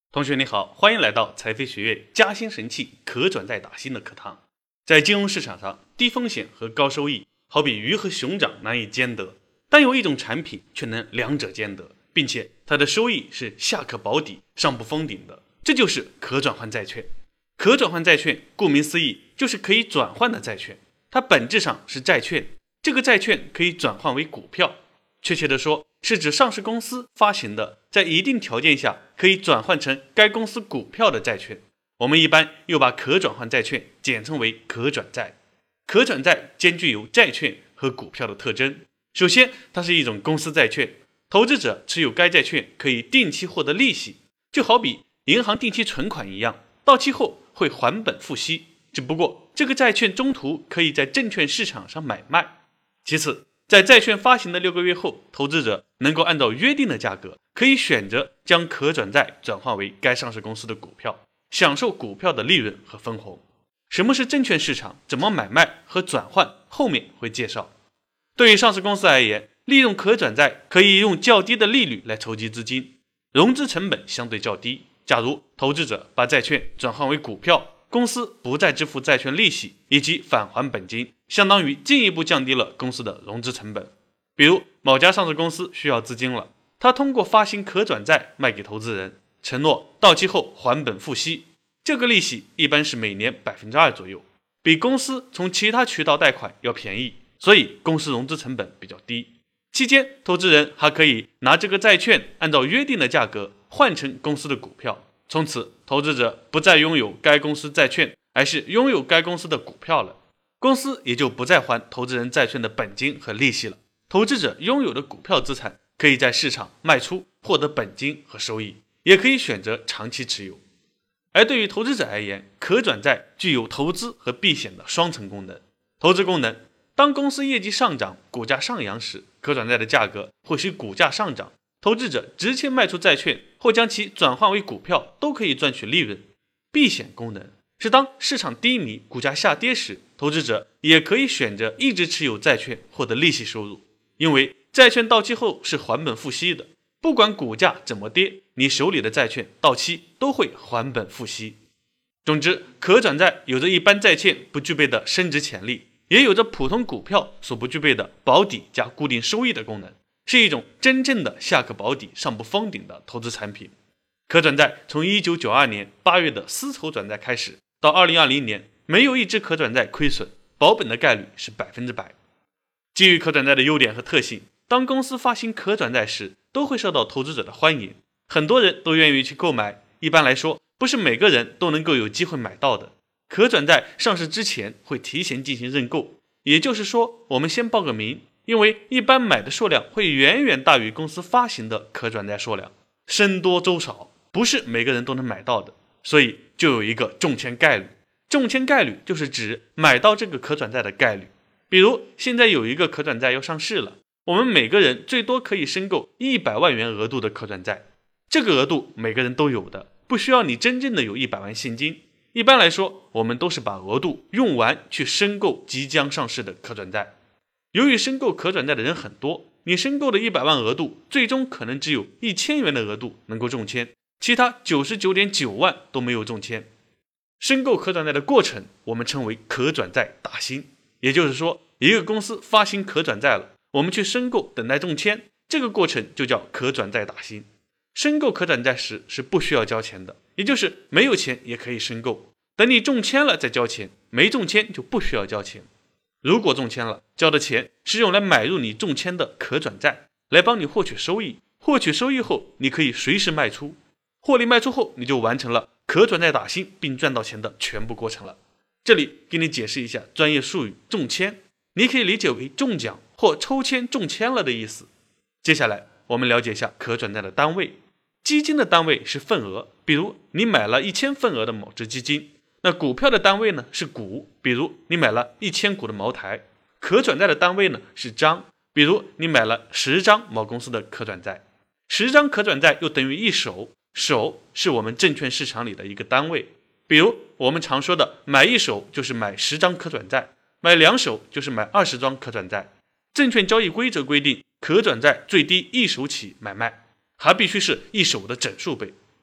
同学你好，欢迎来到财飞学院加薪神器可转债打新的课堂。在金融市场上，低风险和高收益好比鱼和熊掌难以兼得，但有一种产品却能两者兼得，并且它的收益是下可保底上不封顶的，这就是可转换债券。可转换债券顾名思义就是可以转换的债券，它本质上是债券，这个债券可以转换为股票，确切的说是指上市公司发行的在一定条件下可以转换成该公司股票的债券。我们一般又把可转换债券简称为可转债。可转债兼具有债券和股票的特征。首先，它是一种公司债券，投资者持有该债券可以定期获得利息，就好比银行定期存款一样，到期后会还本付息，只不过这个债券中途可以在证券市场上买卖。其次，在债券发行的6个月后，投资者能够按照约定的价格，可以选择将可转债转化为该上市公司的股票，享受股票的利润和分红。什么是证券市场，怎么买卖和转换，后面会介绍。对于上市公司而言，利用可转债可以用较低的利率来筹集资金，融资成本相对较低。假如投资者把债券转换为股票，公司不再支付债券利息以及返还本金，相当于进一步降低了公司的融资成本。比如某家上市公司需要资金了，他通过发行可转债卖给投资人，承诺到期后还本付息，这个利息一般是每年 2% 左右，比公司从其他渠道贷款要便宜，所以公司融资成本比较低。期间投资人还可以拿这个债券按照约定的价格换成公司的股票，从此投资者不再拥有该公司债券，而是拥有该公司的股票了，公司也就不再还投资人债券的本金和利息了。投资者拥有的股票资产可以在市场卖出获得本金和收益，也可以选择长期持有。而对于投资者而言，可转债具有投资和避险的双层功能。投资功能，当公司业绩上涨，股价上扬时，可转债的价格会使股价上涨，投资者直接卖出债券或将其转换为股票都可以赚取利润。避险功能是当市场低迷，股价下跌时，投资者也可以选择一直持有债券获得利息收入，因为债券到期后是还本付息的，不管股价怎么跌，你手里的债券到期都会还本付息。总之，可转债有着一般债券不具备的升值潜力，也有着普通股票所不具备的保底加固定收益的功能，是一种真正的下可保底上不封顶的投资产品。可转债从1992年8月的丝绸转债开始，到2020年，没有一只可转债亏损，保本的概率是100%。基于可转债的优点和特性，当公司发行可转债时，都会受到投资者的欢迎，很多人都愿意去购买。一般来说，不是每个人都能够有机会买到的。可转债上市之前会提前进行认购，也就是说，我们先报个名，因为一般买的数量会远远大于公司发行的可转债数量，僧多粥少，不是每个人都能买到的，所以就有一个中签概率。中签概率就是指买到这个可转债的概率。比如现在有一个可转债要上市了，我们每个人最多可以申购100万元额度的可转债，这个额度每个人都有的，不需要你真正的有100万现金。一般来说，我们都是把额度用完去申购即将上市的可转债。由于申购可转债的人很多，你申购的100万额度最终可能只有1000元的额度能够中签，其他99.9万都没有中签。申购可转债的过程我们称为可转债打新，也就是说，一个公司发行可转债了，我们去申购等待中签，这个过程就叫可转债打新。申购可转债时是不需要交钱的，也就是没有钱也可以申购，等你中签了再交钱，没中签就不需要交钱。如果中签了，交的钱是用来买入你中签的可转债，来帮你获取收益，获取收益后你可以随时卖出，获利卖出后你就完成了可转债打新并赚到钱的全部过程了。这里给你解释一下专业术语中签，你可以理解为中奖或抽签中签了的意思。接下来我们了解一下可转债的单位。基金的单位是份额，比如你买了1000份额的某只基金。那股票的单位呢是股，比如你买了1000股的茅台。可转债的单位呢是张，比如你买了10张某公司的可转债。10张可转债又等于1手，手是我们证券市场里的一个单位。比如我们常说的买1手就是买10张可转债，买2手就是买20张可转债。证券交易规则规定，可转债最低1手起买卖，还必须是1手的整数倍，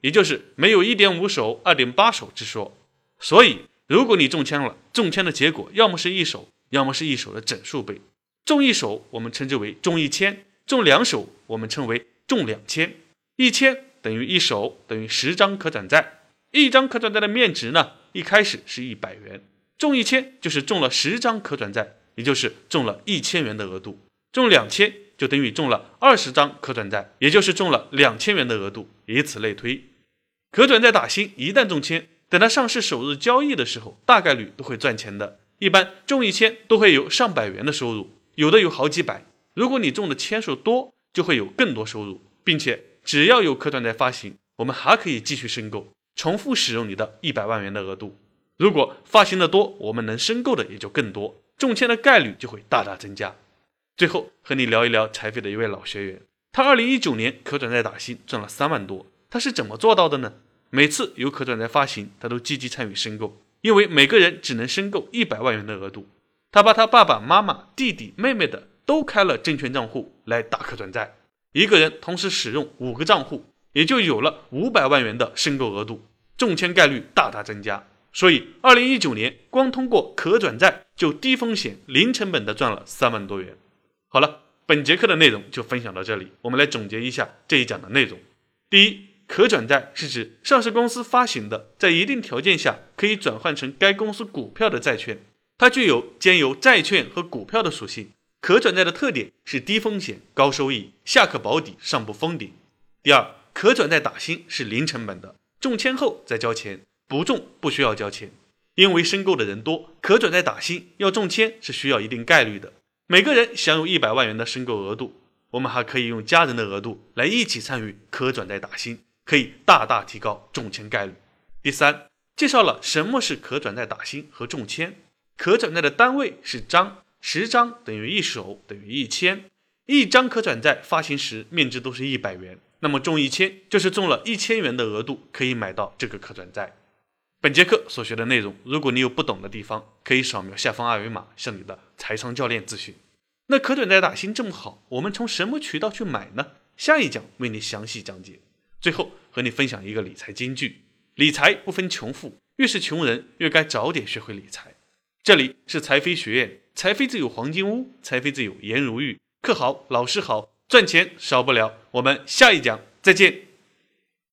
也就是没有 1.5 手、2.8手之说。所以如果你中签了，中签的结果要么是1手，要么是1手的整数倍。中1手我们称之为中1000，中2手我们称为中2000。1000等于1手，等于10张可转债。一张可转债的面值呢，一开始是100元，中1000就是中了10张可转债，也就是中了1000元的额度。中2000就等于中了20张可转债，也就是中了2000元的额度，以此类推。可转债打新一旦中签，等它上市首日交易的时候，大概率都会赚钱的。一般中1000都会有上百元的收入，有的有好几百。如果你中的签数多，就会有更多收入，并且只要有可转债发行，我们还可以继续申购，重复使用你的100万元的额度。如果发行的多，我们能申购的也就更多，中签的概率就会大大增加。最后和你聊一聊财飞的一位老学员，他2019年可转债打新赚了3万多，他是怎么做到的呢？每次有可转债发行，他都积极参与申购，因为每个人只能申购100万元的额度。他把他爸爸妈妈、弟弟妹妹的都开了证券账户来打可转债，一个人同时使用5个账户，也就有了500万元的申购额度，中签概率大大增加。所以2019年光通过可转债就低风险零成本的赚了3万多元。好了，本节课的内容就分享到这里，我们来总结一下这一讲的内容。第一，可转债是指上市公司发行的，在一定条件下可以转换成该公司股票的债券，它具有兼有债券和股票的属性。可转债的特点是低风险高收益，下可保底上不封顶。第二，可转债打新是零成本的，中签后再交钱，不中不需要交钱。因为申购的人多，可转债打新要中签是需要一定概率的，每个人享有100万元的申购额度。我们还可以用家人的额度来一起参与可转债打新，可以大大提高中签概率。第三，介绍了什么是可转债打新和中签。可转债的单位是张，10张等于1手，等于1000。一张可转债发行时面值都是100元，那么中1000就是中了1000元的额度，可以买到这个可转债。本节课所学的内容，如果你有不懂的地方，可以扫描下方二维码向你的财商教练咨询。那可转债打新这么好，我们从什么渠道去买呢？下一讲为你详细讲解。最后和你分享一个理财金句：理财不分穷富，越是穷人越该早点学会理财。这里是财飞学院，财飞自有黄金屋，财飞自有颜如玉，课好老师好，赚钱少不了。我们下一讲再见。